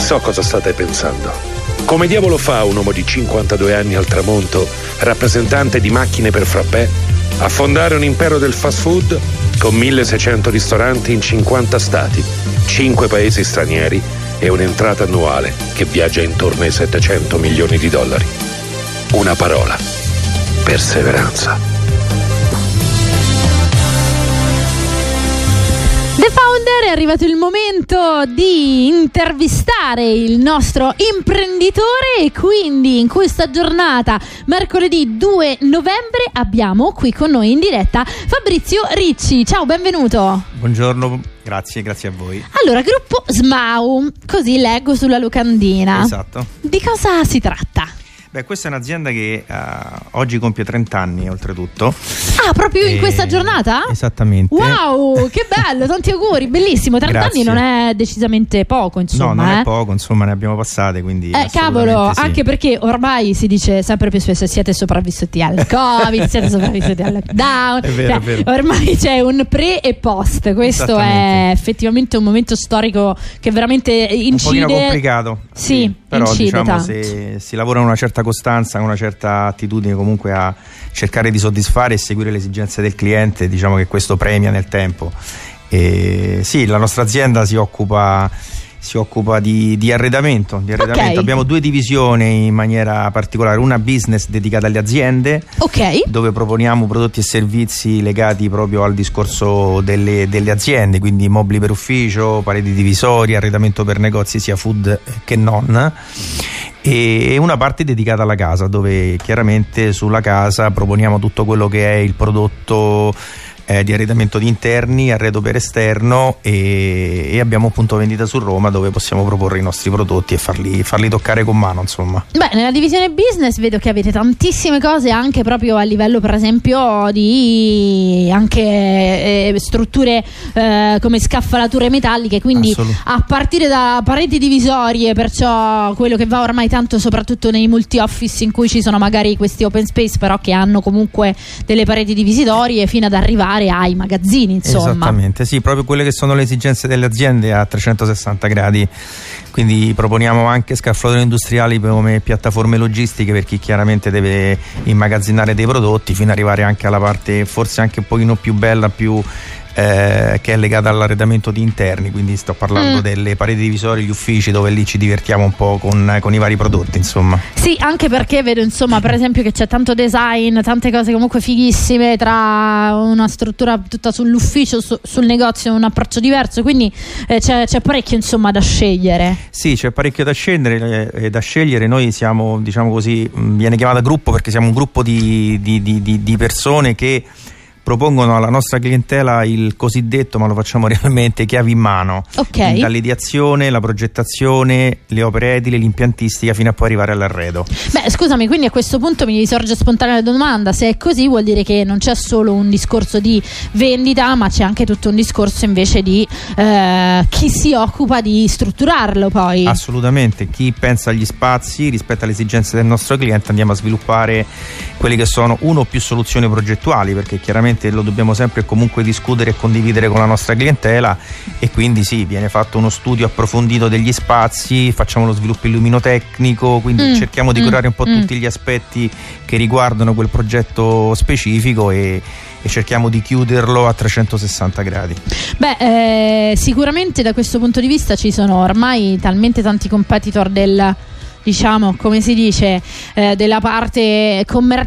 So cosa state pensando. Come diavolo fa un uomo di 52 anni al tramonto, rappresentante di macchine per frappè, a fondare un impero del fast food con 1600 ristoranti in 50 stati, 5 paesi stranieri e un'entrata annuale che viaggia intorno ai 700 milioni di dollari? Una parola: perseveranza. The Founder, è arrivato il momento di intervistare il nostro imprenditore e quindi in questa giornata, mercoledì 2 novembre, abbiamo qui con noi in diretta Fabrizio Ricci. Ciao, benvenuto. Buongiorno, grazie a voi. Allora, gruppo SMAU, così leggo sulla locandina. Esatto. Di cosa si tratta? Beh, questa è un'azienda che oggi compie 30 anni, oltretutto. Ah, proprio in questa giornata? Esattamente. Wow, che bello, tanti auguri, bellissimo. 30 Grazie. anni non è decisamente poco, insomma. No, non è poco, insomma, ne abbiamo passate, quindi cavolo, sì. anche perché ormai si dice sempre più spesso: siete sopravvissuti al Covid, siete sopravvissuti al lockdown. È vero, è vero. Ormai c'è un pre e post. Questo è effettivamente un momento storico che veramente incide. Un pochino complicato. Sì, però incide diciamo tanto. Se si lavora con una certa costanza, con una certa attitudine comunque a cercare di soddisfare e seguire le esigenze del cliente, diciamo che questo premia nel tempo. E sì, la nostra azienda si occupa di arredamento. Okay. Abbiamo due divisioni in maniera particolare: una business dedicata alle aziende, dove proponiamo prodotti e servizi legati proprio al discorso delle aziende, quindi mobili per ufficio, pareti divisorie, arredamento per negozi sia food che non, e una parte dedicata alla casa, dove chiaramente sulla casa proponiamo tutto quello che è il prodotto di arredamento di interni, arredo per esterno, e abbiamo appunto vendita su Roma, dove possiamo proporre i nostri prodotti e farli toccare con mano, insomma. Beh, nella divisione business vedo che avete tantissime cose anche proprio a livello, per esempio, di anche strutture come scaffalature metalliche, quindi a partire da pareti divisorie, perciò quello che va ormai tanto soprattutto nei multi-office in cui ci sono magari questi open space però che hanno comunque delle pareti divisorie, fino ad arrivare ai magazzini, insomma. Esattamente, sì, proprio quelle che sono le esigenze delle aziende a 360 gradi. Quindi proponiamo anche scaffalature industriali come piattaforme logistiche per chi chiaramente deve immagazzinare dei prodotti, fino ad arrivare anche alla parte forse anche un pochino più bella, che è legata all'arredamento di interni, quindi sto parlando delle pareti divisorie, gli uffici, dove lì ci divertiamo un po' con i vari prodotti, insomma. Sì, anche perché vedo, insomma, per esempio, che c'è tanto design, tante cose comunque fighissime, tra una struttura tutta sull'ufficio, sul negozio, un approccio diverso, quindi c'è parecchio, insomma, da scegliere. Sì, c'è parecchio da scegliere. Noi siamo, diciamo così, viene chiamata gruppo perché siamo un gruppo di persone che propongono alla nostra clientela il cosiddetto, ma lo facciamo realmente, chiavi in mano, dall'ideazione, la progettazione, le opere edili, l'impiantistica, fino a poi arrivare all'arredo. Beh, scusami, quindi a questo punto mi risorge spontanea la domanda: se è così, vuol dire che non c'è solo un discorso di vendita, ma c'è anche tutto un discorso invece di chi si occupa di strutturarlo poi. Assolutamente, chi pensa agli spazi rispetto alle esigenze del nostro cliente. Andiamo a sviluppare quelli che sono uno o più soluzioni progettuali, perché chiaramente lo dobbiamo sempre comunque discutere e condividere con la nostra clientela, e quindi sì, viene fatto uno studio approfondito degli spazi, facciamo lo sviluppo illuminotecnico, quindi cerchiamo di curare un po' tutti gli aspetti che riguardano quel progetto specifico e cerchiamo di chiuderlo a 360 gradi. Beh, sicuramente da questo punto di vista ci sono ormai talmente tanti competitor diciamo, come si dice, della parte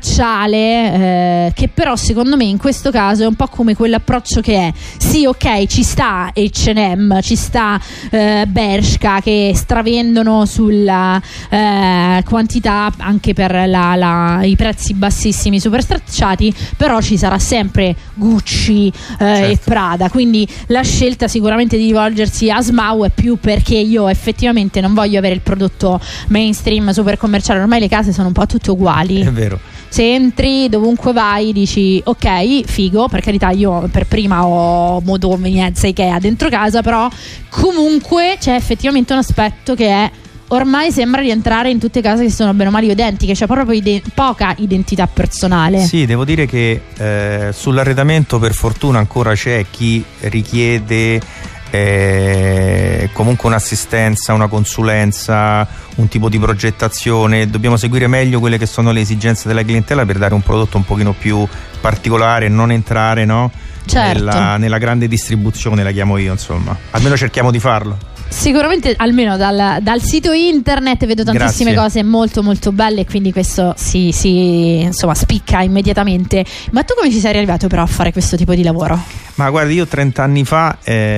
commerciale, che però secondo me in questo caso è un po' come quell'approccio che è: sì, ok, ci sta H&M, ci sta Bershka, che stravendono sulla quantità, anche per i prezzi bassissimi, super stracciati, però ci sarà sempre Gucci e Prada, quindi la scelta sicuramente di rivolgersi a SMAU è più perché io effettivamente non voglio avere il prodotto mainstream super commerciale. Ormai le case sono un po' tutte uguali. È vero. Se entri dovunque vai dici ok, figo, per carità, io per prima ho modo convenienza Ikea dentro casa, però comunque c'è effettivamente un aspetto che è: ormai sembra rientrare in tutte case che sono bene o male identiche, c'è proprio poca identità personale. Sì, devo dire che sull'arredamento per fortuna ancora c'è chi richiede comunque un'assistenza, una consulenza, un tipo di progettazione. Dobbiamo seguire meglio quelle che sono le esigenze della clientela per dare un prodotto un pochino più particolare, non entrare, no? Certo. nella grande distribuzione, la chiamo io, insomma. Almeno cerchiamo di farlo. Sicuramente, almeno dal sito internet vedo tantissime cose molto molto belle, quindi questo insomma spicca immediatamente. Ma tu come ci sei arrivato però a fare questo tipo di lavoro? Ma guardi, io 30 anni fa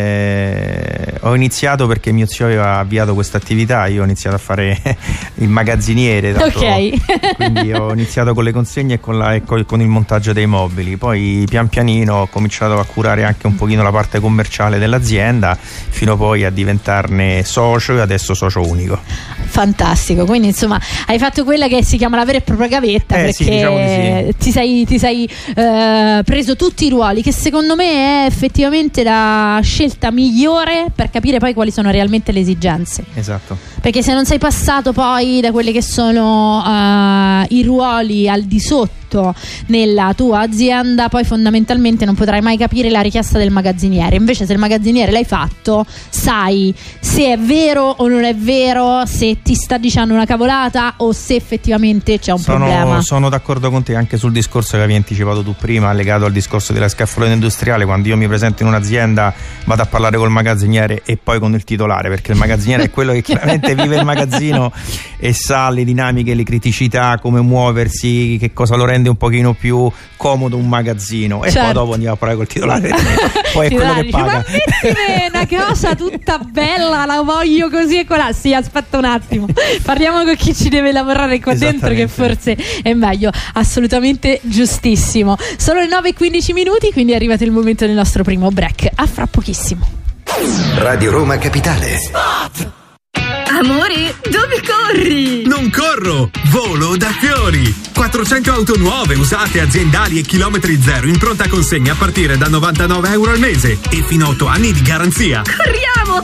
ho iniziato perché mio zio aveva avviato questa attività. Io ho iniziato a fare il magazziniere, quindi ho iniziato con le consegne e con il montaggio dei mobili. Poi pian pianino ho cominciato a curare anche un pochino la parte commerciale dell'azienda, fino poi a diventarne socio e adesso socio unico. Fantastico, quindi insomma hai fatto quella che si chiama la vera e propria gavetta, perché sì, diciamo di sì. ti sei preso tutti i ruoli, che secondo me è effettivamente la scelta migliore per capire poi quali sono realmente le esigenze. Esatto. Perché se non sei passato poi da quelli che sono i ruoli al di sotto nella tua azienda, poi fondamentalmente non potrai mai capire la richiesta del magazziniere. Invece se il magazziniere l'hai fatto, sai se è vero o non è vero, se ti sta dicendo una cavolata o se effettivamente c'è un problema. Sono d'accordo con te anche sul discorso che avevi anticipato tu prima, legato al discorso della scaffolata industriale. Quando io mi presento in un'azienda vado a parlare col magazziniere e poi con il titolare, perché il magazziniere è quello che chiaramente vive il magazzino e sa le dinamiche, le criticità, come muoversi, che cosa lo rende un pochino più comodo un magazzino. E poi dopo andiamo a parlare col titolare poi è quello che paga. Ma mettimi una cosa tutta bella, la voglio così e colà. Sì, aspetta un attimo, parliamo con chi ci deve lavorare qua dentro, che forse è meglio. Assolutamente giustissimo. Sono le 9:15 minuti, quindi è arrivato il momento del nostro primo break. A fra pochissimo. Radio Roma Capitale. Spot! Amore, dove corri? Non corro, volo da Fiori. 400 auto nuove, usate, aziendali e chilometri zero in pronta consegna a partire da €99 al mese e fino a 8 anni di garanzia. Corriamo!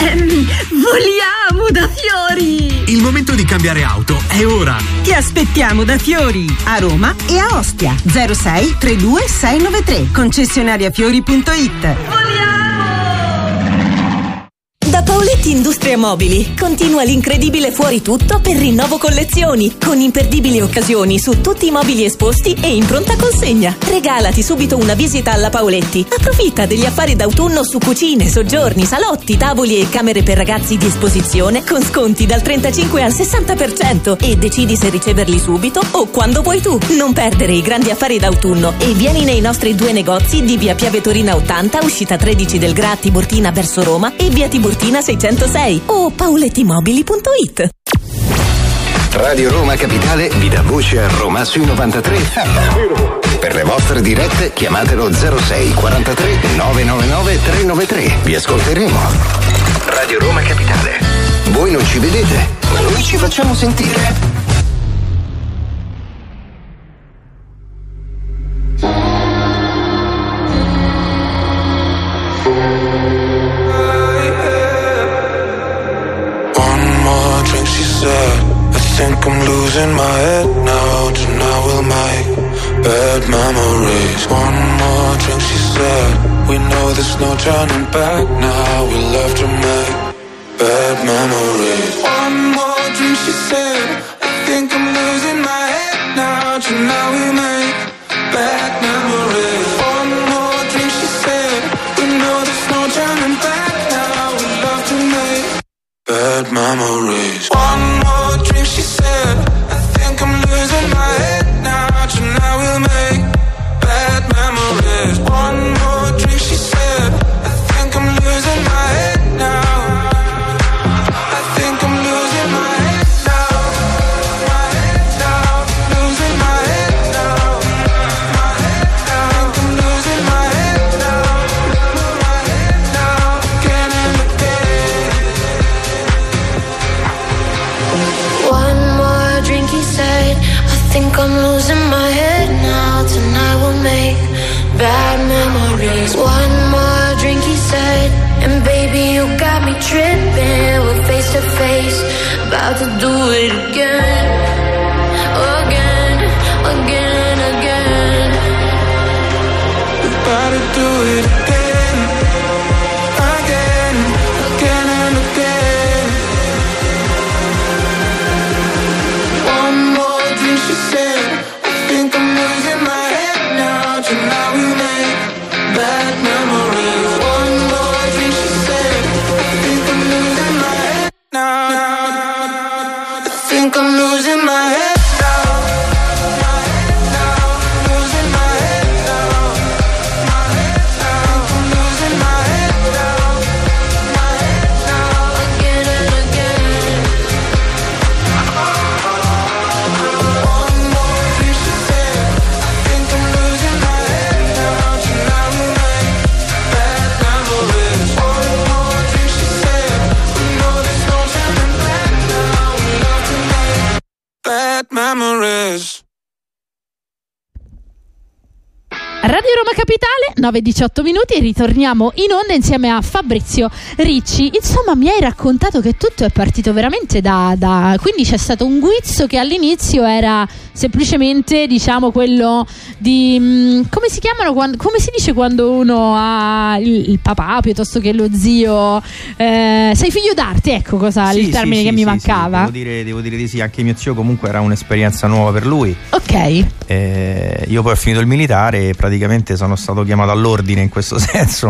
Voliamo da Fiori! Il momento di cambiare auto è ora. Ti aspettiamo da Fiori, a Roma e a Ostia. 06 32 693. Concessionariafiori.it. Da Paoletti Industria Mobili continua l'incredibile fuori tutto per rinnovo collezioni, con imperdibili occasioni su tutti i mobili esposti e in pronta consegna. Regalati subito una visita alla Paoletti. Approfitta degli affari d'autunno su cucine, soggiorni, salotti, tavoli e camere per ragazzi di esposizione con sconti dal 35 al 60% e decidi se riceverli subito o quando vuoi tu. Non perdere i grandi affari d'autunno e vieni nei nostri 2 negozi di via Piave Torina 80, uscita 13 del Gra Tiburtina verso Roma, e via Tiburtina 606 o paolettimobili.it. Radio Roma Capitale vi dà voce a Roma sui 93. Per le vostre dirette chiamatelo 06 43 999 393. Vi ascolteremo. Radio Roma Capitale. Voi non ci vedete, ma noi ci facciamo sentire. I think I'm losing my head now. Tonight we'll make bad memories. One more drink, she said. We know there's no turning back now. We love to make bad memories. One more drink, she said. I think I'm losing my head now. Tonight we'll make bad memories. One more drink, she said. We know there's no turning back now. We love to make bad memories. One more drink, she said. I think I'm losing my head now. Tonight we'll make bad memories. One more drink, she said. I think I'm losing my head now. I think I'm losing my head now. My head now. Losing my head now. My head now. I think I'm losing my head now. My head now. Again and again. One more drink, he said. I think I'm losing my head now. Tonight we'll make bad memories. One more drink, he said. And baby, you got me tripping. We're face to face, about to do it again. Again, again, again. About to do it again. Again. now. I think I'm losing my head now. Losing my head now. My head now. I'm losing my head now. My head now. Again and again. One more thing she said. I think I'm losing my head now. Tonight we'll make bad memories. One more thing she said. We know there's no turning back now. We love to make bad memories. Radio Roma Capitale, 9:18 minuti, e ritorniamo in onda insieme a Fabrizio Ricci. Insomma, mi hai raccontato che tutto è partito veramente quindi c'è stato un guizzo che all'inizio era semplicemente, diciamo, quello di come si chiamano, come si dice quando uno ha il papà piuttosto che lo zio, sei figlio d'arte, ecco cosa il termine che mi mancava. Devo dire di sì, anche mio zio comunque era un'esperienza nuova per lui. Ok. Io poi ho finito il militare e praticamente sono stato chiamato all'ordine in questo senso,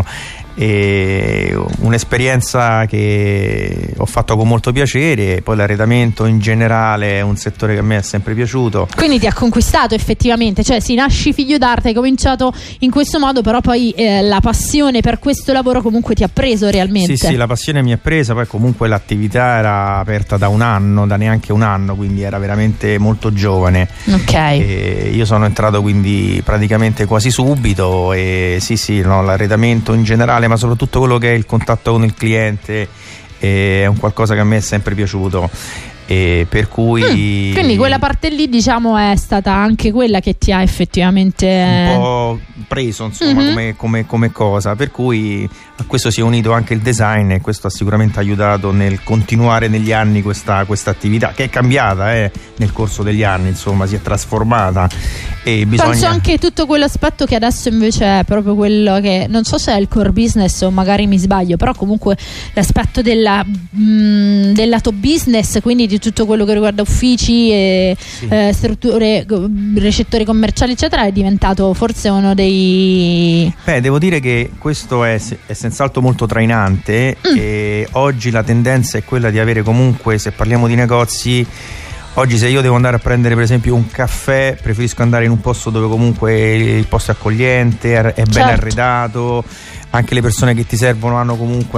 e un'esperienza che ho fatto con molto piacere. Poi l'arredamento in generale è un settore che a me è sempre piaciuto. Quindi ti ha conquistato effettivamente, cioè sì, nasci figlio d'arte, hai cominciato in questo modo, però poi la passione per questo lavoro comunque ti ha preso realmente. Sì, la passione mi ha presa, poi comunque l'attività era aperta da neanche un anno, quindi era veramente molto giovane. Ok. E io sono entrato quindi praticamente quasi subito, e l'arredamento in generale, ma soprattutto quello che è il contatto con il cliente, è un qualcosa che a me è sempre piaciuto, e per cui quindi quella parte lì, diciamo, è stata anche quella che ti ha effettivamente un po' preso, insomma, come cosa, per cui a questo si è unito anche il design, e questo ha sicuramente aiutato nel continuare negli anni questa attività, che è cambiata nel corso degli anni, insomma, si è trasformata, e penso anche tutto quell'aspetto che adesso invece è proprio quello che, non so se è il core business o magari mi sbaglio, però comunque l'aspetto del lato business, quindi di tutto quello che riguarda uffici e strutture, recettori commerciali eccetera, è diventato forse uno dei... devo dire che questo è senz'altro molto trainante, e oggi la tendenza è quella di avere comunque, se parliamo di negozi, oggi se io devo andare a prendere per esempio un caffè, preferisco andare in un posto dove comunque il posto è accogliente, è ben arredato, anche le persone che ti servono hanno comunque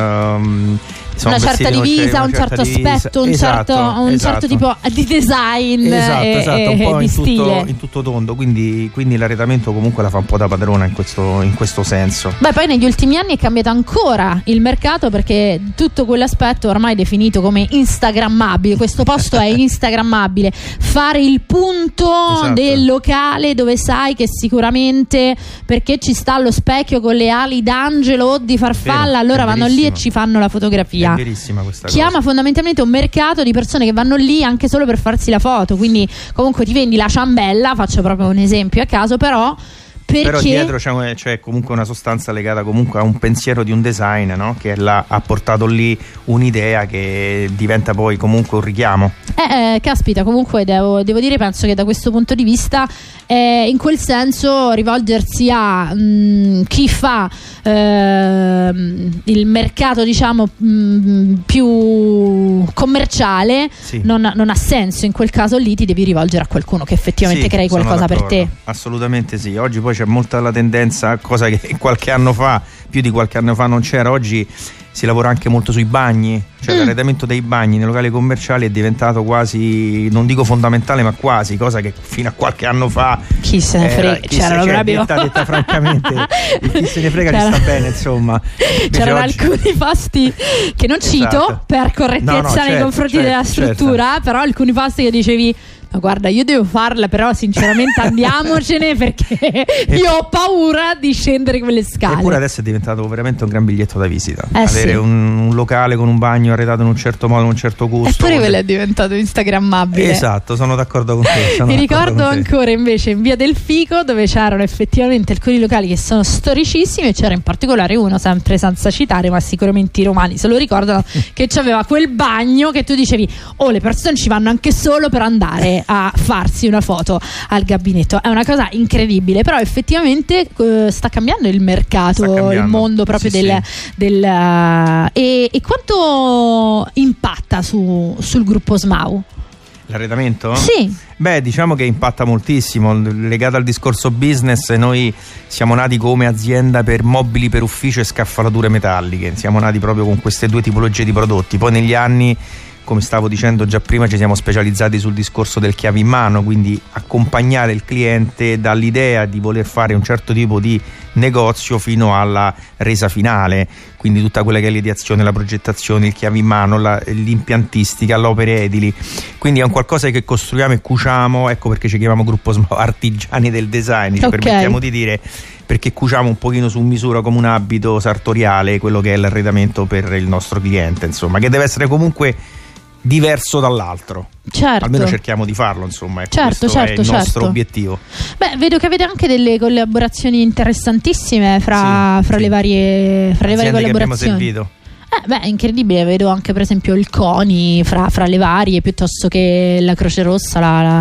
una certa divisa, un certo aspetto, un certo tipo di design, esatto, un po' di stile in tutto tondo, quindi l'arredamento comunque la fa un po' da padrona in questo senso. Poi negli ultimi anni è cambiato ancora il mercato, perché tutto quell'aspetto ormai è definito come instagrammabile. Questo posto è instagrammabile, fare il punto del locale dove sai che sicuramente, perché ci sta allo specchio con le ali d'angelo o di farfalla, allora vanno lì e ci fanno la fotografia. È verissima questa Chiama cosa. Fondamentalmente un mercato di persone che vanno lì anche solo per farsi la foto, quindi comunque ti vendi la ciambella, faccio proprio un esempio a caso, però dietro c'è comunque una sostanza legata comunque a un pensiero di un design, no? Che ha portato lì un'idea che diventa poi comunque un richiamo. Caspita, comunque devo dire, penso che da questo punto di vista in quel senso rivolgersi a chi fa il mercato, diciamo, più commerciale, non ha senso. In quel caso lì ti devi rivolgere a qualcuno che effettivamente crei qualcosa per te. Assolutamente sì. Oggi poi c'è molta la tendenza, cosa che più di qualche anno fa non c'era. Oggi si lavora anche molto sui bagni, cioè l'arredamento dei bagni nei locali commerciali è diventato quasi, non dico fondamentale, ma quasi, cosa che fino a qualche anno fa chi se ne frega, detta francamente, chi se ne frega ci sta bene, insomma. C'erano alcuni posti che non cito per correttezza nei confronti della struttura, però alcuni posti che dicevi: ma guarda, io devo farla, però sinceramente andiamocene, perché io ho paura di scendere quelle scale. Eppure adesso è diventato veramente un gran biglietto da visita, avere un locale con un bagno arredato in un certo modo, un certo gusto. Eppure quello è diventato instagrammabile. Esatto, sono d'accordo con te. Mi ricordo ancora invece in via del Fico, dove c'erano effettivamente alcuni locali che sono storicissimi, e c'era in particolare uno, sempre senza citare, ma sicuramente i romani se lo ricordano, che c'aveva quel bagno che tu dicevi: le persone ci vanno anche solo per andare a farsi una foto al gabinetto. È una cosa incredibile, però effettivamente sta cambiando il mercato, il mondo proprio e quanto impatta sul gruppo Smau? L'arredamento? Sì. Beh, diciamo che impatta moltissimo. Legato al discorso business, noi siamo nati come azienda per mobili per ufficio e scaffalature metalliche. Siamo nati proprio con queste due tipologie di prodotti. Poi negli anni, come stavo dicendo già prima, ci siamo specializzati sul discorso del chiave in mano, quindi accompagnare il cliente dall'idea di voler fare un certo tipo di negozio fino alla resa finale, quindi tutta quella che è l'ideazione, la progettazione, il chiave in mano, l'impiantistica, le opere edili. Quindi è un qualcosa che costruiamo e cuciamo, ecco perché ci chiamiamo gruppo artigiani del design, ci permettiamo di dire, perché cuciamo un pochino su misura come un abito sartoriale quello che è l'arredamento per il nostro cliente, insomma, che deve essere comunque diverso dall'altro. Certo. Almeno cerchiamo di farlo, insomma, ecco, certo, questo è il nostro certo. obiettivo. Beh, vedo che avete anche delle collaborazioni interessantissime fra le varie collaborazioni che abbiamo servito. Beh, incredibile, vedo anche per esempio il CONI fra le varie, piuttosto che la Croce Rossa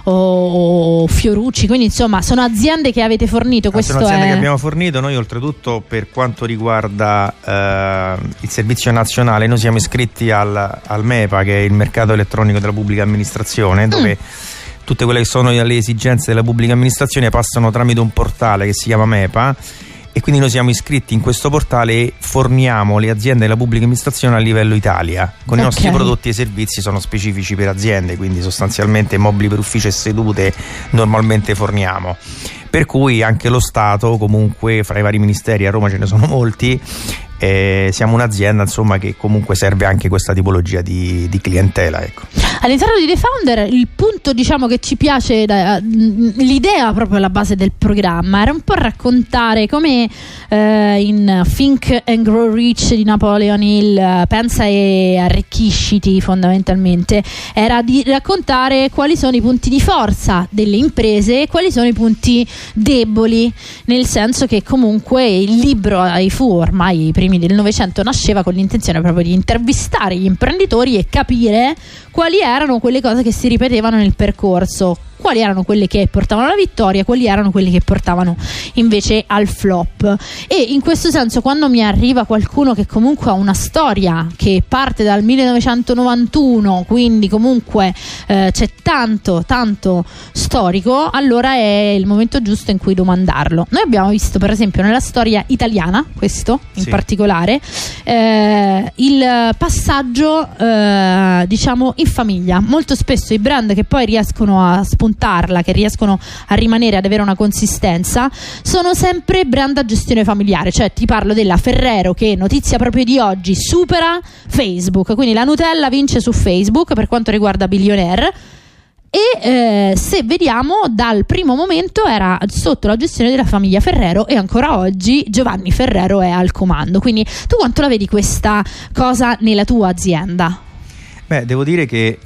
o Fiorucci, quindi insomma sono aziende che avete fornito. Sono aziende che abbiamo fornito. Noi oltretutto, per quanto riguarda il servizio nazionale, noi siamo iscritti al MEPA, che è il mercato elettronico della pubblica amministrazione, dove tutte quelle che sono le esigenze della pubblica amministrazione passano tramite un portale che si chiama MEPA, e quindi noi siamo iscritti in questo portale e forniamo le aziende della pubblica amministrazione a livello Italia. Con i nostri prodotti e servizi sono specifici per aziende, quindi sostanzialmente mobili per ufficio e sedute normalmente forniamo. Per cui anche lo Stato, comunque fra i vari ministeri, a Roma ce ne sono molti, siamo un'azienda, insomma, che comunque serve anche questa tipologia di clientela, ecco. All'interno di The Founder il punto, diciamo, che ci piace, l'idea proprio alla base del programma era un po' raccontare come in Think and Grow Rich di Napoleon Hill, pensa e arricchisciti, fondamentalmente era di raccontare quali sono i punti di forza delle imprese e quali sono i punti deboli, nel senso che comunque il libro fu ormai i primi del Novecento, nasceva con l'intenzione proprio di intervistare gli imprenditori e capire quali erano quelle cose che si ripetevano nel percorso, quali erano quelle che portavano alla vittoria, quali erano quelle che portavano invece al flop. E in questo senso, quando mi arriva qualcuno che comunque ha una storia che parte dal 1991, quindi comunque c'è tanto storico, allora è il momento giusto in cui domandarlo. Noi abbiamo visto per esempio nella storia italiana, questo in particolare, il passaggio diciamo in famiglia. Molto spesso i brand che poi riescono a spuntarla, che riescono a rimanere, ad avere una consistenza, sono sempre brand a gestione familiare. Cioè ti parlo della Ferrero, che notizia proprio di oggi supera Facebook, quindi la Nutella vince su Facebook per quanto riguarda Billionaire. E se vediamo, dal primo momento era sotto la gestione della famiglia Ferrero e ancora oggi Giovanni Ferrero è al comando. Quindi tu quanto la vedi questa cosa nella tua azienda? Beh, devo dire che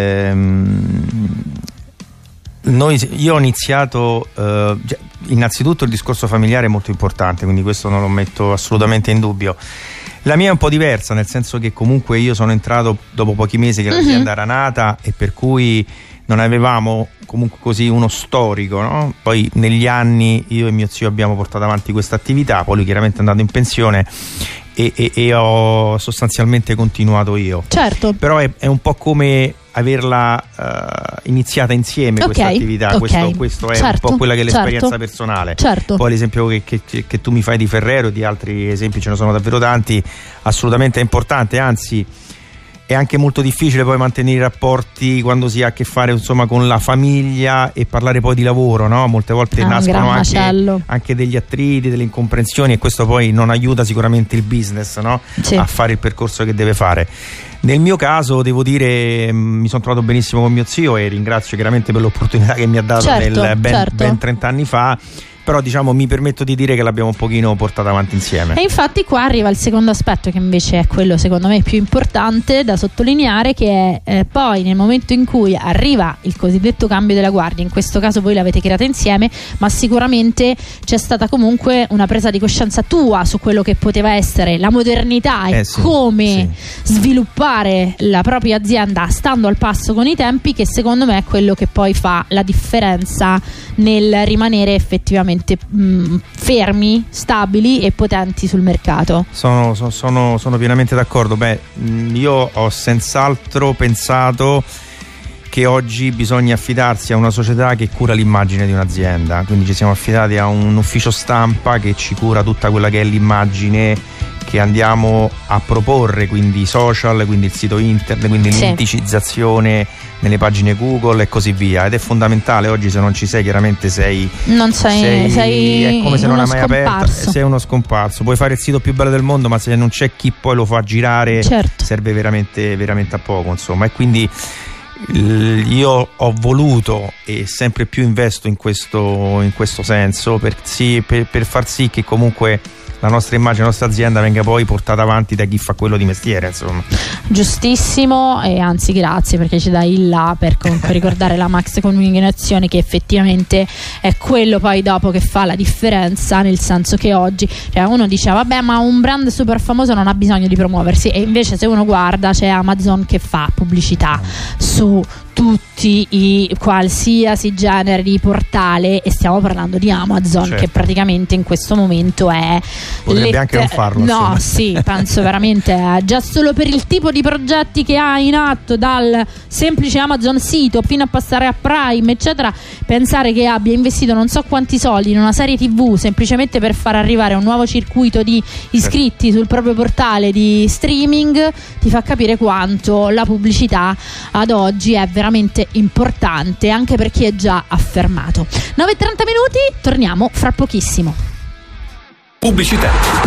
io ho iniziato innanzitutto il discorso familiare è molto importante, quindi questo non lo metto assolutamente in dubbio. La mia è un po' diversa, nel senso che comunque io sono entrato dopo pochi mesi che l'azienda era nata, e per cui non avevamo comunque così uno storico, no? Poi negli anni io e mio zio abbiamo portato avanti questa attività, poi lui chiaramente è andato in pensione e ho sostanzialmente continuato io. Certo. Però è un po' come averla iniziata insieme, questa attività. Questo è un po' quella che è l'esperienza personale. Poi l'esempio che tu mi fai di Ferrero e di altri esempi ce ne sono davvero tanti, assolutamente è importante, anzi è anche molto difficile poi mantenere i rapporti quando si ha a che fare, insomma, con la famiglia e parlare poi di lavoro, no? Molte volte nascono anche degli attriti, delle incomprensioni, e questo poi non aiuta sicuramente il business, no? A fare il percorso che deve fare. Nel mio caso devo dire mi sono trovato benissimo con mio zio e ringrazio chiaramente per l'opportunità che mi ha dato ben 30 anni fa. però diciamo mi permetto di dire che l'abbiamo un pochino portata avanti insieme. E infatti qua arriva il secondo aspetto, che invece è quello secondo me più importante da sottolineare, che è poi nel momento in cui arriva il cosiddetto cambio della guardia. In questo caso voi l'avete creata insieme, ma sicuramente c'è stata comunque una presa di coscienza tua su quello che poteva essere la modernità e come sviluppare la propria azienda stando al passo con i tempi, che secondo me è quello che poi fa la differenza nel rimanere effettivamente fermi, stabili e potenti sul mercato. Sono pienamente d'accordo. Io ho senz'altro pensato che oggi bisogna affidarsi a una società che cura l'immagine di un'azienda, quindi ci siamo affidati a un ufficio stampa che ci cura tutta quella che è l'immagine che andiamo a proporre, quindi i social, quindi il sito internet, quindi l'indicizzazione nelle pagine Google e così via, ed è fondamentale. Oggi se non ci sei chiaramente sei è come se non hai mai aperto, sei uno scomparso. Puoi fare il sito più bello del mondo, ma se non c'è chi poi lo fa girare serve veramente, veramente a poco, insomma. E quindi io ho voluto e sempre più investo in questo senso per far sì che comunque la nostra immagine, la nostra azienda venga poi portata avanti da chi fa quello di mestiere, insomma. Giustissimo, e anzi grazie perché ci dai il là per comunque ricordare la Max Comunicazione, che effettivamente è quello poi dopo che fa la differenza, nel senso che oggi uno dice vabbè, ma un brand super famoso non ha bisogno di promuoversi, e invece se uno guarda c'è Amazon che fa pubblicità su tutti i qualsiasi genere di portale, e stiamo parlando di Amazon, che praticamente in questo momento è potrebbe anche non farlo, no, sì, penso veramente già solo per il tipo di progetti che ha in atto, dal semplice Amazon sito fino a passare a Prime eccetera, pensare che abbia investito non so quanti soldi in una serie TV semplicemente per far arrivare un nuovo circuito di iscritti sul proprio portale di streaming ti fa capire quanto la pubblicità ad oggi è veramente importante, anche per chi è già affermato. 9:30 minuti, torniamo fra pochissimo. Pubblicità.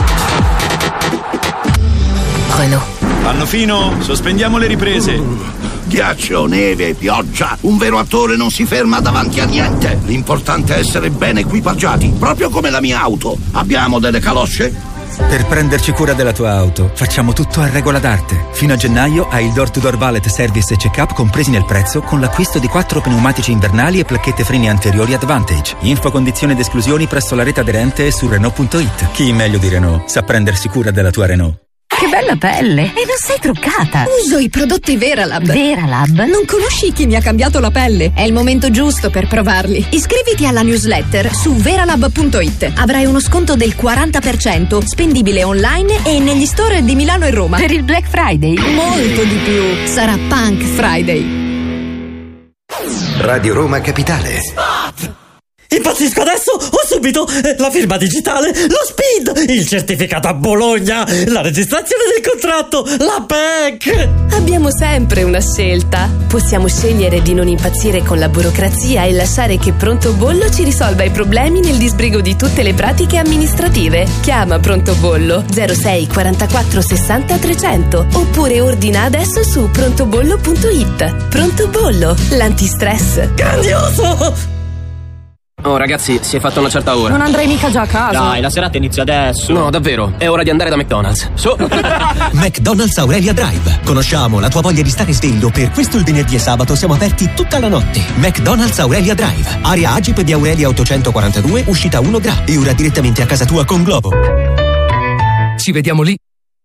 Renault. Vanno fino, sospendiamo le riprese. Ghiaccio, neve, pioggia. Un vero attore non si ferma davanti a niente. L'importante è essere ben equipaggiati, proprio come la mia auto. Abbiamo delle calosce? Per prenderci cura della tua auto, facciamo tutto a regola d'arte. Fino a gennaio hai il door-to-door valet service e check-up compresi nel prezzo, con l'acquisto di 4 pneumatici invernali e placchette freni anteriori Advantage. Info, condizioni ed esclusioni presso la rete aderente e su Renault.it. Chi meglio di Renault sa prendersi cura della tua Renault. Che bella pelle! E non sei truccata! Uso i prodotti Veralab. Veralab? Non conosci chi mi ha cambiato la pelle? È il momento giusto per provarli. Iscriviti alla newsletter su veralab.it. Avrai uno sconto del 40%, spendibile online e negli store di Milano e Roma. Per il Black Friday? Molto di più. Sarà Punk Friday. Radio Roma Capitale. Impazzisco adesso o subito? La firma digitale, lo SPID, il certificato a Bologna, la registrazione del contratto, la PEC. Abbiamo sempre una scelta. Possiamo scegliere di non impazzire con la burocrazia e lasciare che Pronto Bollo ci risolva i problemi nel disbrigo di tutte le pratiche amministrative. Chiama Pronto Bollo 06 44 60 300 oppure ordina adesso su prontobollo.it. Pronto Bollo, l'antistress. Grandioso! Oh ragazzi, si è fatta una certa ora. Non andrei mica già a casa. Dai, la serata inizia adesso. No, davvero, è ora di andare da McDonald's. Su. McDonald's Aurelia Drive. Conosciamo la tua voglia di stare sveglio, per questo il venerdì e sabato siamo aperti tutta la notte. McDonald's Aurelia Drive. Area Agip di Aurelia 842, uscita 1 Gra. E ora direttamente a casa tua con Globo. Ci vediamo lì.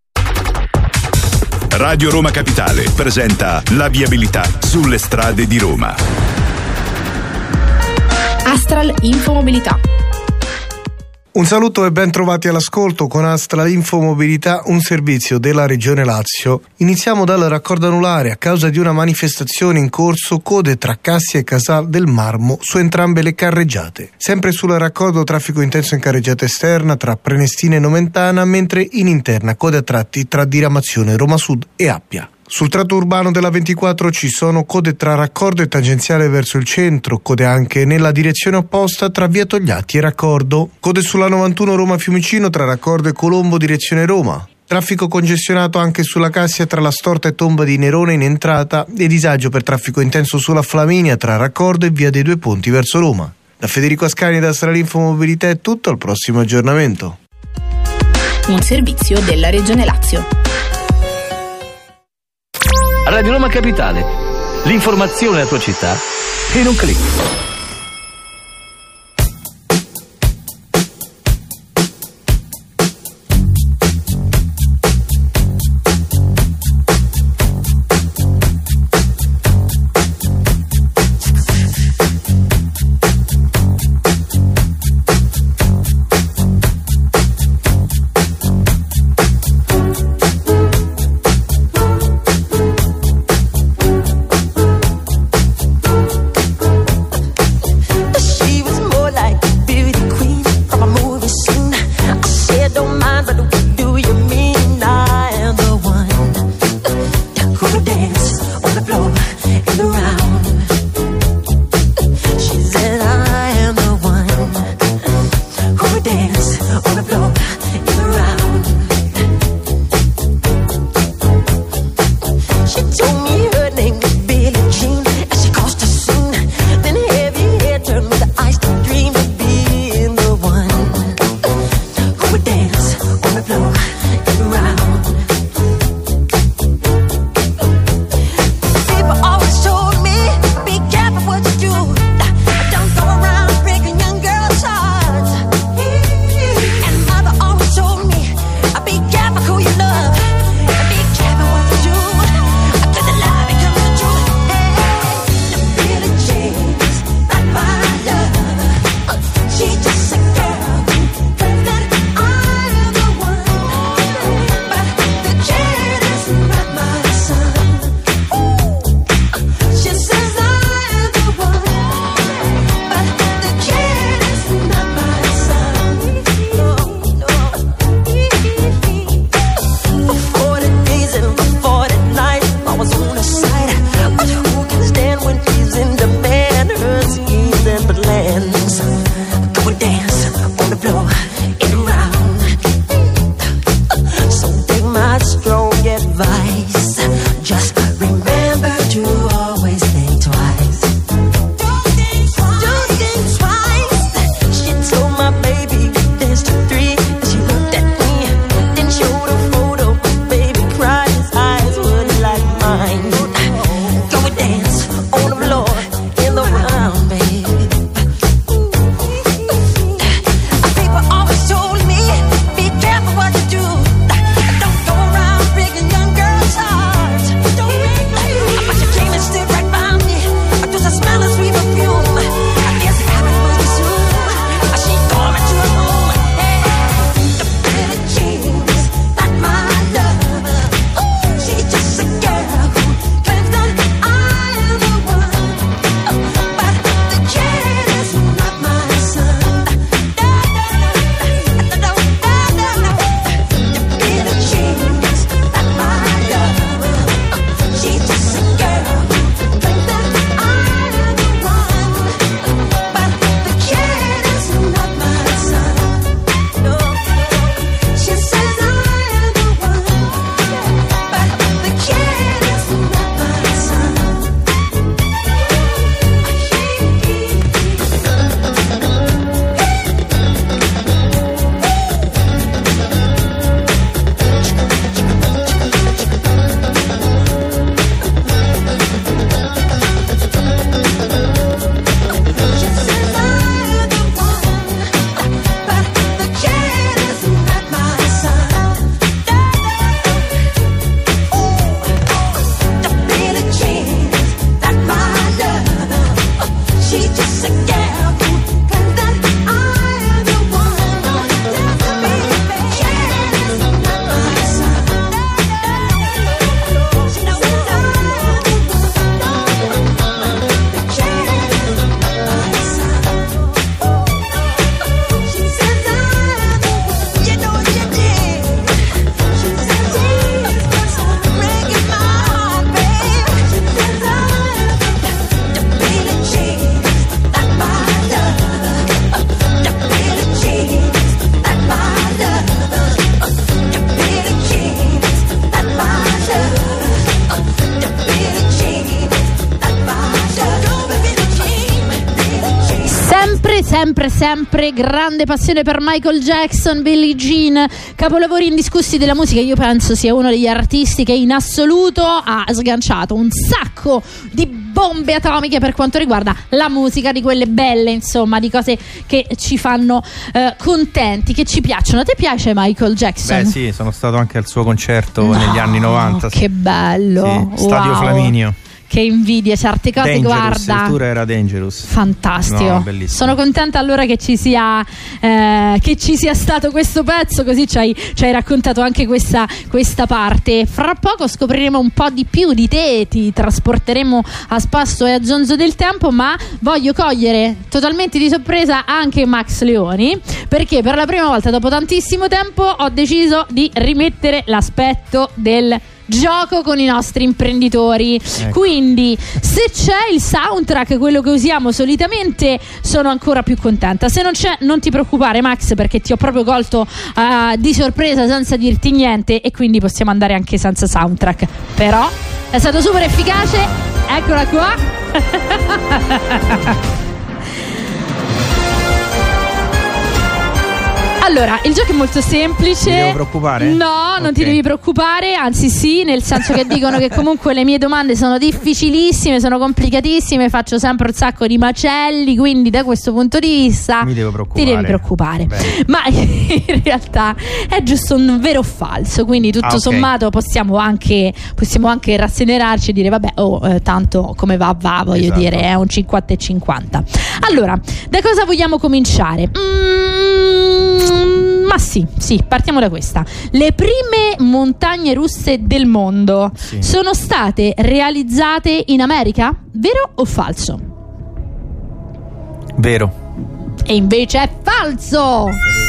Radio Roma Capitale presenta la viabilità sulle strade di Roma. Astral Infomobilità. Un saluto e ben trovati all'ascolto con Astral Infomobilità, un servizio della Regione Lazio. Iniziamo dal raccordo anulare. A causa di una manifestazione in corso, code tra Cassia e Casal del Marmo su entrambe le carreggiate. Sempre sul raccordo, traffico intenso in carreggiata esterna tra Prenestina e Nomentana, mentre in interna code a tratti tra diramazione Roma Sud e Appia. Sul tratto urbano della 24 ci sono code tra raccordo e tangenziale verso il centro, code anche nella direzione opposta tra via Togliatti e raccordo, code sulla 91 Roma Fiumicino tra raccordo e Colombo direzione Roma. Traffico congestionato anche sulla Cassia tra la Storta e Tomba di Nerone in entrata e disagio per traffico intenso sulla Flaminia tra raccordo e via dei Due Ponti verso Roma. Da Federico Ascani da Astralinfo Mobilità è tutto, al prossimo aggiornamento. Un servizio della Regione Lazio. Radio Roma Capitale, l'informazione della tua città in un clic. Who you love, be careful what you do. sempre grande passione per Michael Jackson, Billie Jean, capolavori indiscussi della musica. Io penso sia uno degli artisti che in assoluto ha sganciato un sacco di bombe atomiche per quanto riguarda la musica, di quelle belle, insomma, di cose che ci fanno contenti, che ci piacciono. A te piace Michael Jackson? Beh sì, sono stato anche al suo concerto negli anni 90. Che bello, sì, Stadio Flaminio. Che invidia, certe cose, Dangerous, guarda. Il tour era Dangerous. Fantastico. No, bellissimo. Sono contenta allora che ci sia stato questo pezzo, così ci hai raccontato anche questa parte. Fra poco scopriremo un po' di più di te, ti trasporteremo a spasso e a zonzo del tempo, ma voglio cogliere totalmente di sorpresa anche Max Leoni, perché per la prima volta dopo tantissimo tempo ho deciso di rimettere l'aspetto del gioco con i nostri imprenditori. Ecco. Quindi se c'è il soundtrack, quello che usiamo solitamente, sono ancora più contenta. Se non c'è, non ti preoccupare Max, perché ti ho proprio colto di sorpresa senza dirti niente, e quindi possiamo andare anche senza soundtrack. Però è stato super efficace. Eccola qua. Allora, il gioco è molto semplice. Ti devo preoccupare? No, non ti devi preoccupare, anzi sì, nel senso che dicono che comunque le mie domande sono difficilissime, sono complicatissime, faccio sempre un sacco di macelli, quindi da questo punto di vista ti devi preoccupare. Bene. Ma in realtà è giusto un vero o falso, quindi tutto sommato possiamo anche rasserenarci e dire vabbè, tanto come va, voglio dire, è un 50-50. Allora, da cosa vogliamo cominciare? Ma sì, partiamo da questa. Le prime montagne russe del mondo sono state realizzate in America? Vero o falso? Vero. E invece è falso.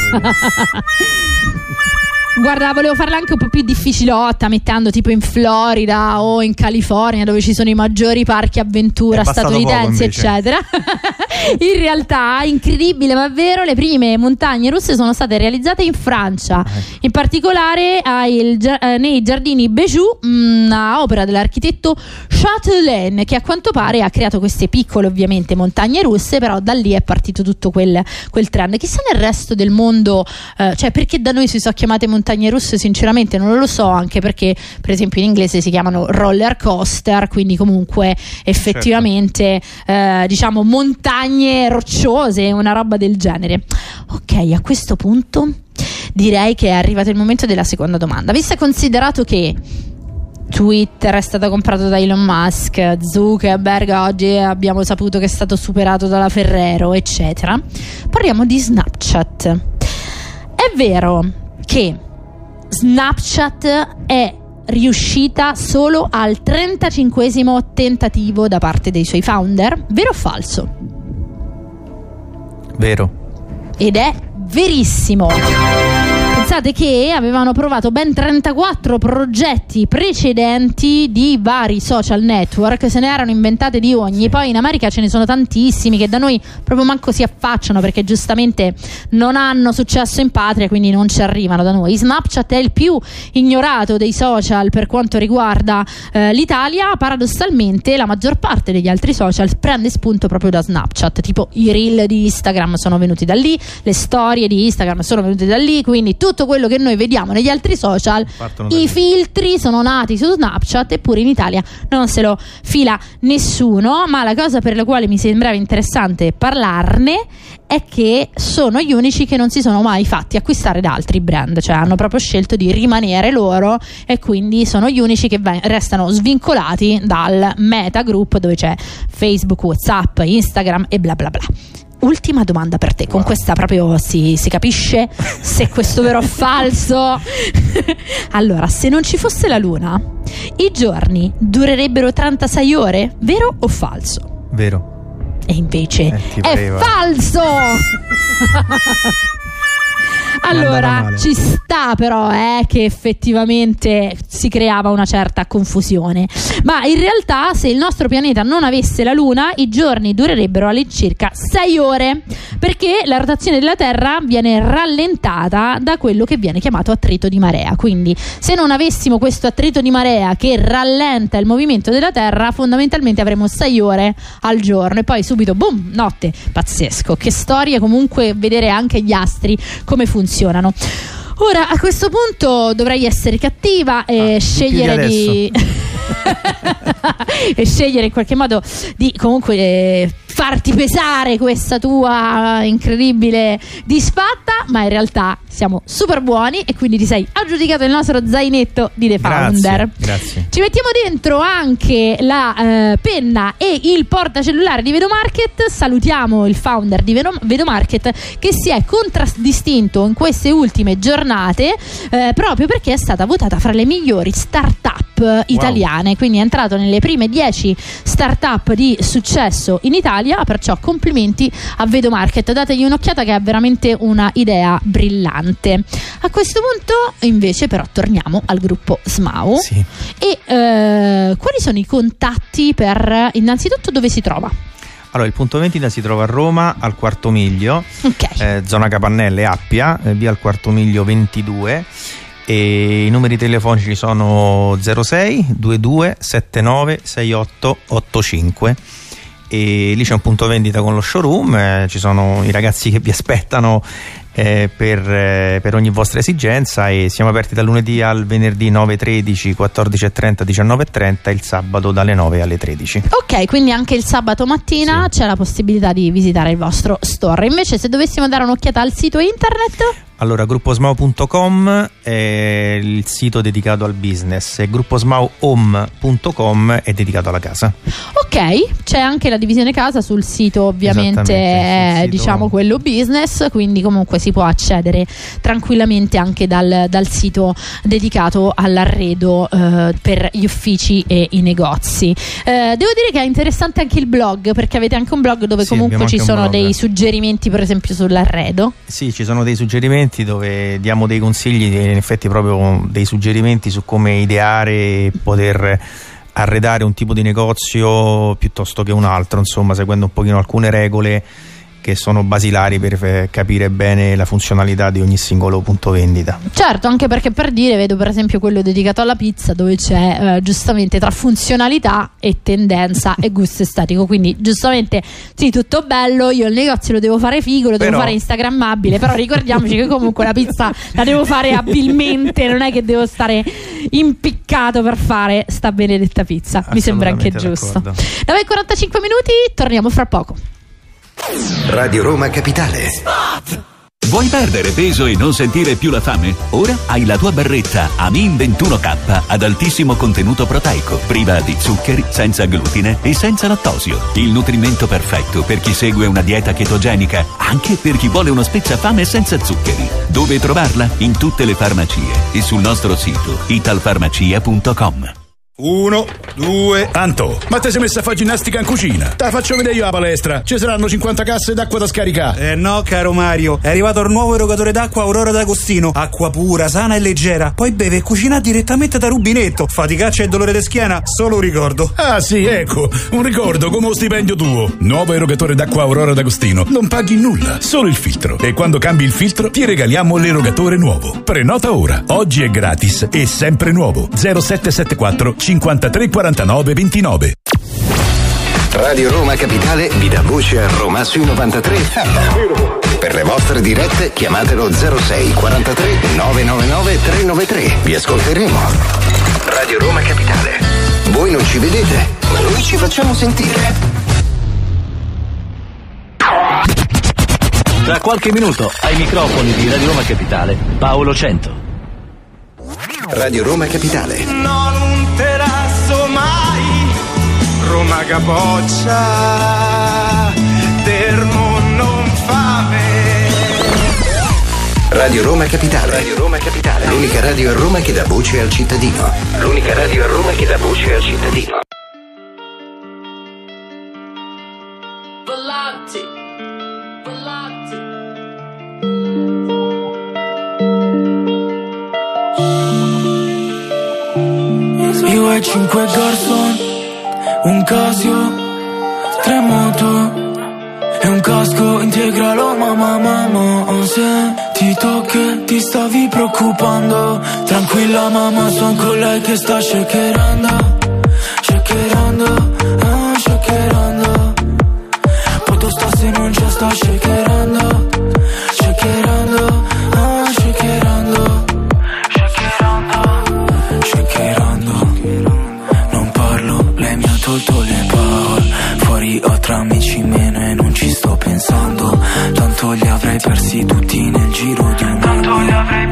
Guarda, volevo farla anche un po' più difficilotta, mettendo tipo in Florida o in California, dove ci sono i maggiori parchi avventura statunitensi, eccetera. In realtà, incredibile ma vero, le prime montagne russe sono state realizzate in Francia, in particolare nei giardini Béjou, una opera dell'architetto Châtelain, che a quanto pare ha creato queste piccole, ovviamente, montagne russe. Però da lì è partito tutto quel trend. Chissà nel resto del mondo, cioè perché da noi si sono chiamate montagne russe, sinceramente non lo so, anche perché per esempio in inglese si chiamano roller coaster, quindi comunque effettivamente diciamo montagne rocciose, una roba del genere. Ok, a questo punto direi che è arrivato il momento della seconda domanda. Visto e considerato che Twitter è stato comprato da Elon Musk, Zuckerberg oggi abbiamo saputo che è stato superato dalla Ferrero, eccetera, parliamo di Snapchat. È vero che Snapchat è riuscita solo al 35esimo tentativo da parte dei suoi founder? Vero o falso? Vero. Ed è verissimo. Pensate che avevano provato ben 34 progetti precedenti di vari social network, se ne erano inventate di ogni. Poi in America ce ne sono tantissimi che da noi proprio manco si affacciano, perché giustamente non hanno successo in patria, quindi non ci arrivano da noi. Snapchat è il più ignorato dei social per quanto riguarda l'Italia. Paradossalmente la maggior parte degli altri social prende spunto proprio da Snapchat, tipo i reel di Instagram sono venuti da lì, le storie di Instagram sono venute da lì, quindi tutto quello che noi vediamo negli altri social, i filtri sono nati su Snapchat, eppure in Italia non se lo fila nessuno. Ma la cosa per la quale mi sembrava interessante parlarne è che sono gli unici che non si sono mai fatti acquistare da altri brand, cioè hanno proprio scelto di rimanere loro, e quindi sono gli unici che restano svincolati dal Meta Group, dove c'è Facebook, WhatsApp, Instagram e bla bla bla. Ultima domanda per te, con questa proprio si capisce se questo è vero o falso. Allora, se non ci fosse la luna, i giorni durerebbero 36 ore, vero o falso? Vero. E invece è falso. Allora, ci sta però che effettivamente si creava una certa confusione, ma in realtà se il nostro pianeta non avesse la Luna, i giorni durerebbero all'incirca 6 ore, perché la rotazione della Terra viene rallentata da quello che viene chiamato attrito di marea. Quindi se non avessimo questo attrito di marea che rallenta il movimento della Terra, fondamentalmente avremo 6 ore al giorno e poi subito boom, notte. Pazzesco, che storia comunque vedere anche gli astri come funzionano. Ora a questo punto dovrei essere cattiva e scegliere e scegliere in qualche modo di comunque farti pesare questa tua incredibile disfatta, ma in realtà siamo super buoni e quindi ti sei aggiudicato il nostro zainetto di The Founder. Grazie. Ci mettiamo dentro anche la penna e il portacellulare di Vedomarket. Salutiamo il founder di Vedomarket che si è contraddistinto in queste ultime giornate proprio perché è stata votata fra le migliori start-up italiane, quindi è entrato nelle prime 10 start-up di successo in Italia, perciò complimenti a Vedomarket, dategli un'occhiata che è veramente una idea brillante. A questo punto invece però torniamo al gruppo SMAU. Sì. E quali sono i contatti per, innanzitutto, dove si trova? Allora, il punto vendita si trova a Roma al Quarto Miglio, zona Capannelle, Appia, via al Quarto Miglio 22, e i numeri telefonici sono 06 22 79 68 85. E lì c'è un punto vendita con lo showroom, ci sono i ragazzi che vi aspettano per ogni vostra esigenza, e siamo aperti dal lunedì al venerdì 9:13, 14:30, 19:30, il sabato dalle 9 alle 13. Ok, quindi anche il sabato mattina c'è la possibilità di visitare il vostro store. Invece, se dovessimo dare un'occhiata al sito internet? Allora, grupposmau.com è il sito dedicato al business e grupposmauhome.com è dedicato alla casa. Ok, c'è anche la divisione casa sul sito, ovviamente sul diciamo quello business, quindi comunque si può accedere tranquillamente anche dal sito dedicato all'arredo per gli uffici e i negozi. Devo dire che è interessante anche il blog, perché avete anche un blog dove comunque ci sono dei suggerimenti, per esempio sull'arredo. Sì, ci sono dei suggerimenti dove diamo dei consigli e in effetti proprio dei suggerimenti su come ideare e poter arredare un tipo di negozio piuttosto che un altro, insomma, seguendo un pochino alcune regole che sono basilari per capire bene la funzionalità di ogni singolo punto vendita. Certo, anche perché, per dire, vedo per esempio quello dedicato alla pizza, dove c'è giustamente tra funzionalità e tendenza e gusto estetico, quindi giustamente sì, tutto bello, io il negozio lo devo fare figo, lo devo fare instagrammabile, però ricordiamoci che comunque la pizza la devo fare abilmente, non è che devo stare impiccato per fare sta benedetta pizza. Mi sembra anche giusto. 9:45 minuti, torniamo fra poco. Radio Roma Capitale. Vuoi perdere peso e non sentire più la fame? Ora hai la tua barretta Amin 21K ad altissimo contenuto proteico, priva di zuccheri, senza glutine e senza lattosio. Il nutrimento perfetto per chi segue una dieta chetogenica, anche per chi vuole uno spezzafame senza zuccheri. Dove trovarla? In tutte le farmacie e sul nostro sito italfarmacia.com. 1, 2. Anto, ma te sei messa a fare ginnastica in cucina? Te la faccio vedere io alla palestra. Ci saranno 50 casse d'acqua da scaricare. No, caro Mario, è arrivato il nuovo erogatore d'acqua Aurora d'Agostino. Acqua pura, sana e leggera. Poi beve e cucina direttamente da rubinetto. Faticaccia e dolore di schiena, solo un ricordo. Ah sì, ecco, un ricordo come lo stipendio tuo. Nuovo erogatore d'acqua Aurora d'Agostino. Non paghi nulla, solo il filtro. E quando cambi il filtro ti regaliamo l'erogatore nuovo. Prenota ora. Oggi è gratis e sempre nuovo. 0774 53 49 29. Radio Roma Capitale vi dà voce a Roma sui 93. Per le vostre dirette chiamatelo 06 43 999 393. Vi ascolteremo. Radio Roma Capitale. Voi non ci vedete, ma noi ci facciamo sentire. Tra qualche minuto ai microfoni di Radio Roma Capitale, Paolo Cento. Radio Roma Capitale. Non terrazzo mai, Roma capoccia, termo non fame. Radio Roma Capitale. Radio Roma Capitale. L'unica radio a Roma che dà voce al cittadino. L'unica radio a Roma che dà voce al cittadino. Volati, volati. e 5 Garson, un Casio, 3 moto e un casco integralo, mamma. Sentito che ti stavi preoccupando, tranquilla mamma, son con lei che sta shakerando. Poi tu sta se non c'è, sta shakerando. Non parlo, lei mi ha tolto le parole. Fuori ho tra amici meno e non ci sto pensando. Tanto li avrei persi tutti nel giro di un anno.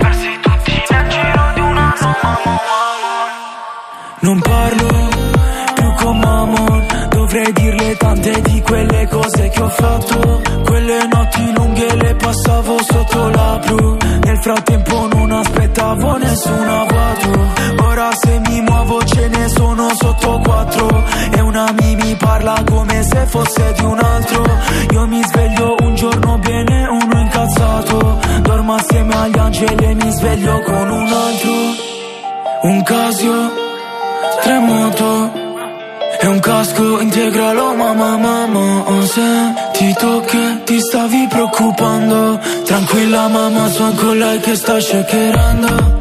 Non parlo più con mamma, dovrei dirle tante di quelle cose che ho fatto. Quelle notti lunghe le passavo sotto la blu. Nel frattempo non aspettavo nessun avvato. Ora se mi muovo ce ne sono sotto 4. E una mi parla come se fosse di un altro. Io mi sveglio un giorno bene, uno incazzato. Dormo assieme agli angeli e mi sveglio con un altro. Un Casio, 3 moto e un casco integralo, mamma. Ho sentito che ti stavi preoccupando, tranquilla mamma, son con lei che sta shakerando.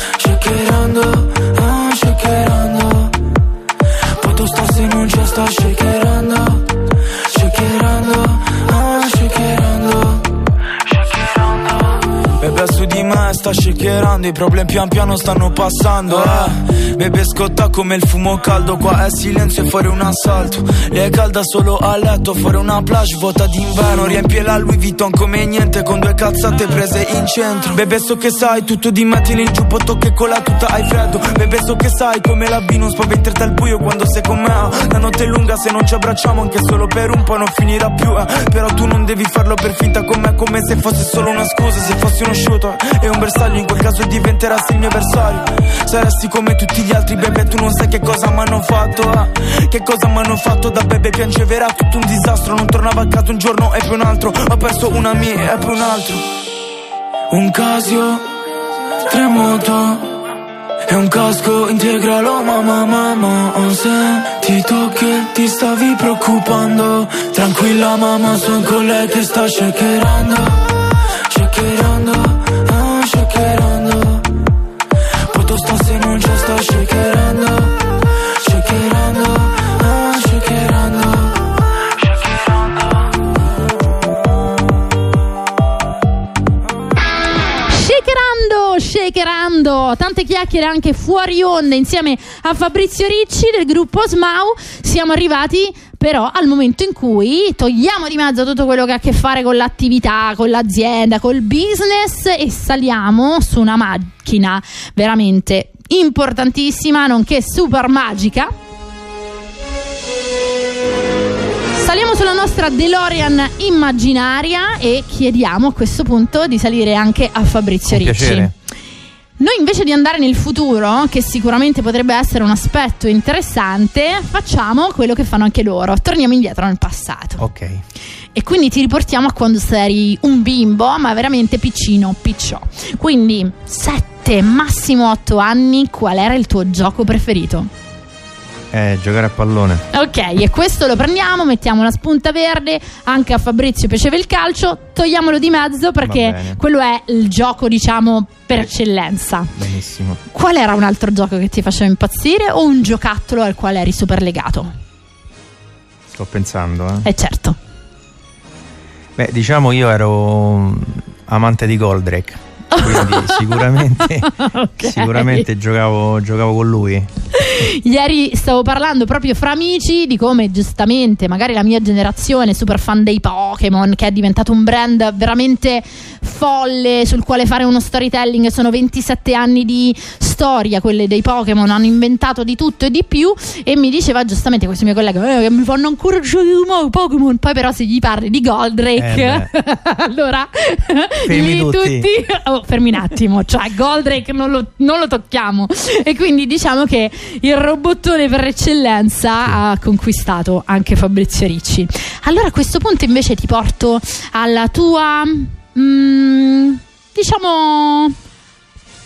Poi tu sta se non c'è, sta shakerando. Bebe su di me sta shakerando, i problemi pian piano stanno passando. Bebe scotta come il fumo caldo, qua è silenzio e fuori un assalto. Lei è calda solo a letto, fuori una plage vuota d'inverno. Riempie la Louis Vuitton come niente, con 2 cazzate prese in centro. Bebe so che sai tutto di me, tieni il giubbotto che con la tuta hai freddo. Bebe so che sai come la B non spaventerti al buio quando sei con me. La notte è lunga se non ci abbracciamo, anche solo per un po' non finirà più. Però tu non devi farlo per finta con me, come se fosse solo una scusa. Se fossi uno shooter e un bersaglio, in quel caso diventerassi il mio avversario. Saresti come tutti gli altri, bebe, tu non sai che cosa m'hanno fatto. Che cosa m'hanno fatto, da bebe piangeva, era tutto un disastro. Non tornavo a casa un giorno e poi un altro. Ho perso una mia e poi un altro. Un Casio, 3 moto e un casco integralo, mamma. Ho sentito che ti stavi preoccupando, tranquilla mamma, son con lei che sta shakerando. Poi tu sta se non c'è, sta shakerando. Shakerando, tante chiacchiere anche fuori onda insieme a Fabrizio Ricci del gruppo Smau. Siamo arrivati però al momento in cui togliamo di mezzo tutto quello che ha a che fare con l'attività, con l'azienda, col business e saliamo su una macchina veramente importantissima, nonché super magica. Saliamo sulla nostra DeLorean immaginaria e chiediamo a questo punto di salire anche a Fabrizio Ricci. Piacere. Noi invece di andare nel futuro, che sicuramente potrebbe essere un aspetto interessante, facciamo quello che fanno anche loro, torniamo indietro nel passato. Ok. E quindi ti riportiamo a quando eri un bimbo, ma veramente piccino, picciò. Quindi 7, massimo 8 anni, qual era il tuo gioco preferito? Giocare a pallone. Ok, e questo lo prendiamo, mettiamo la spunta verde. Anche a Fabrizio piaceva il calcio, togliamolo di mezzo perché quello è il gioco, diciamo, per eccellenza. Benissimo. Qual era un altro gioco che ti faceva impazzire o un giocattolo al quale eri super legato? Sto pensando, certo. Beh, diciamo io ero amante di Goldrake, quindi sicuramente giocavo con lui. Ieri stavo parlando proprio fra amici di come giustamente magari la mia generazione super fan dei Pokémon, che è diventato un brand veramente folle sul quale fare uno storytelling. Sono 27 anni di storia quelle dei Pokémon, hanno inventato di tutto e di più. E mi diceva giustamente questo mio collega che mi fanno ancora giocare i Pokémon, poi però se gli parli di Goldrake allora tutti fermi un attimo, cioè Goldrake non lo tocchiamo. E quindi diciamo che il robottone per eccellenza ha conquistato anche Fabrizio Ricci. Allora a questo punto invece ti porto alla tua diciamo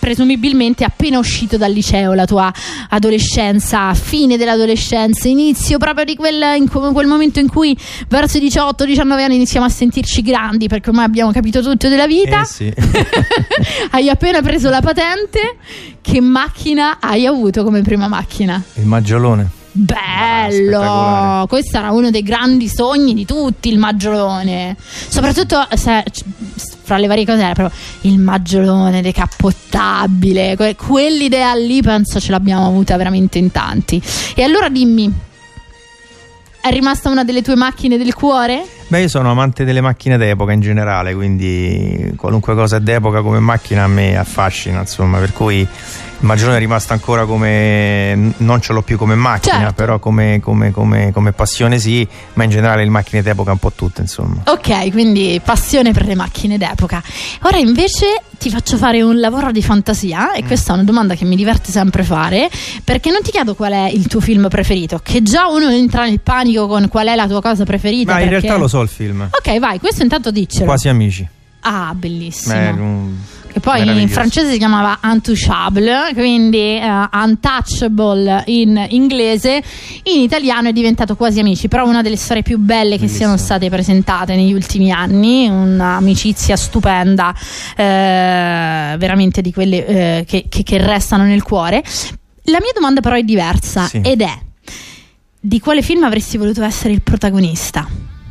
presumibilmente appena uscito dal liceo, la tua adolescenza, fine dell'adolescenza, inizio proprio di quel momento in cui verso i 18-19 anni iniziamo a sentirci grandi, perché ormai abbiamo capito tutto della vita. Sì. Hai appena preso la patente. Che macchina hai avuto come prima macchina? Il Maggiolone. Bello, questo era uno dei grandi sogni di tutti, il Maggiolone, soprattutto se, fra le varie cose era proprio il Maggiolone decappottabile, quell'idea lì penso ce l'abbiamo avuta veramente in tanti. E allora dimmi, è rimasta una delle tue macchine del cuore? Beh, io sono amante delle macchine d'epoca in generale, quindi qualunque cosa è d'epoca come macchina a me affascina, insomma, per cui il Maggiolone è rimasto ancora come, non ce l'ho più come macchina, certo, però come passione sì, ma in generale le macchine d'epoca un po' tutte, insomma. Ok, quindi passione per le macchine d'epoca. Ora invece ti faccio fare un lavoro di fantasia, e questa è una domanda che mi diverte sempre fare, perché non ti chiedo qual è il tuo film preferito, che già uno entra nel panico con qual è la tua cosa preferita. Ma in perché... realtà lo so il film. Ok, vai, questo intanto diccelo. Quasi amici. Ah, bellissimo. Che poi in francese si chiamava Intouchable, quindi Untouchable in inglese, in italiano è diventato Quasi amici, però una delle storie più belle che siano state presentate negli ultimi anni, un'amicizia stupenda, veramente di quelle che restano nel cuore. La mia domanda però è diversa, sì, ed è: di quale film avresti voluto essere il protagonista?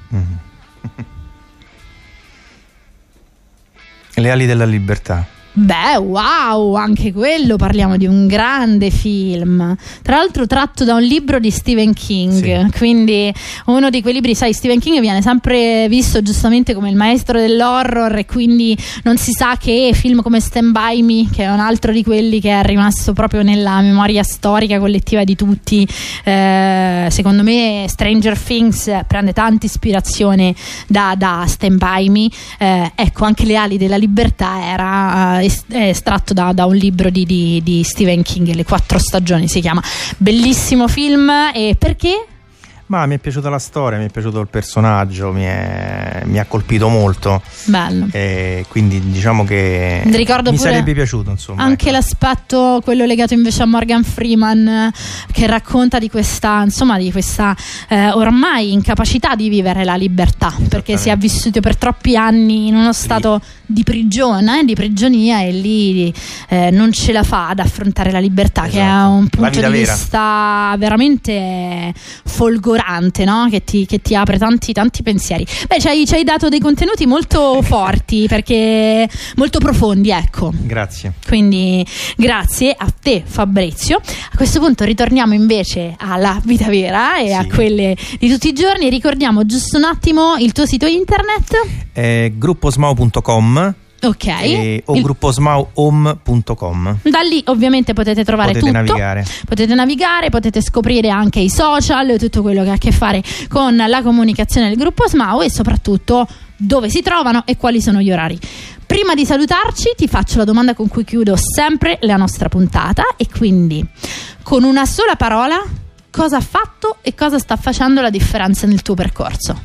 Le ali della libertà. Beh, wow, anche quello, parliamo di un grande film, tra l'altro tratto da un libro di Stephen King, sì, quindi uno di quei libri, sai, Stephen King viene sempre visto giustamente come il maestro dell'horror, e quindi non si sa che film come Stand By Me, che è un altro di quelli che è rimasto proprio nella memoria storica collettiva di tutti, secondo me Stranger Things prende tanta ispirazione da Stand By Me, ecco, anche Le ali della libertà era è estratto da un libro di Stephen King, Le 4 stagioni si chiama. Bellissimo film. E perché? Ma mi è piaciuta la storia, mi è piaciuto il personaggio, mi ha colpito molto. Bello. E quindi diciamo che mi sarebbe piaciuto, insomma. Anche ecco, l'aspetto, quello legato invece a Morgan Freeman, che racconta di questa, insomma, di questa ormai incapacità di vivere la libertà, perché si è vissuto per troppi anni in uno stato di prigione, di prigionia, e lì non ce la fa ad affrontare la libertà, esatto, che è un punto di vista veramente folgorante, no? Che ti apre tanti pensieri. Beh, ci hai dato dei contenuti molto forti, perché molto profondi, ecco. Grazie. Quindi grazie a te, Fabrizio. A questo punto ritorniamo invece alla vita vera e a quelle di tutti i giorni. Ricordiamo giusto un attimo il tuo sito internet. Grupposmau.com. Ok. O grupposmauhome.com. Da lì ovviamente potete trovare tutto. Potete navigare, potete scoprire anche i social, tutto quello che ha a che fare con la comunicazione del gruppo Smau, e soprattutto dove si trovano e quali sono gli orari. Prima di salutarci ti faccio la domanda con cui chiudo sempre la nostra puntata, e quindi con una sola parola, cosa ha fatto e cosa sta facendo la differenza nel tuo percorso?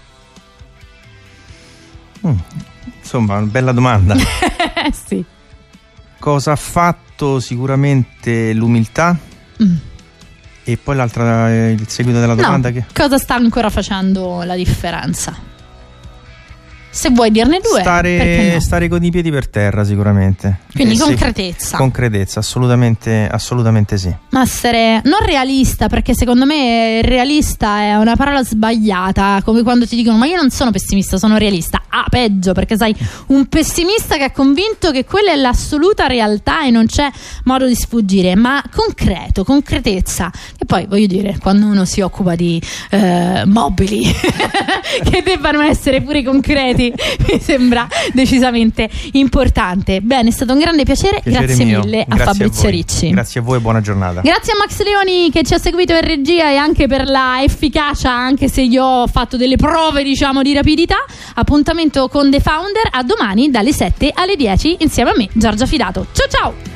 Insomma, una bella domanda. Sì. Cosa ha fatto? Sicuramente l'umiltà. E poi l'altra, il seguito della domanda, che cosa sta ancora facendo la differenza? Se vuoi dirne due, stare con i piedi per terra, sicuramente. Quindi concretezza. Concretezza, assolutamente sì. Ma essere non realista, perché secondo me realista è una parola sbagliata, come quando ti dicono ma io non sono pessimista, sono realista. Ah, peggio, perché sai, un pessimista che è convinto che quella è l'assoluta realtà e non c'è modo di sfuggire. Ma concretezza. E poi voglio dire, quando uno si occupa di mobili che debbano essere pure concreti, mi sembra decisamente importante. Bene, è stato un grande piacere grazie mio. Mille a Fabrizio Ricci. Grazie a voi e buona giornata. Grazie a Max Leoni che ci ha seguito in regia, e anche per la efficacia, anche se io ho fatto delle prove, diciamo, di rapidità. Appuntamento con The Founder a domani dalle 7 alle 10 insieme a me, Giorgia Fidato. Ciao ciao.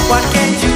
qualche giorno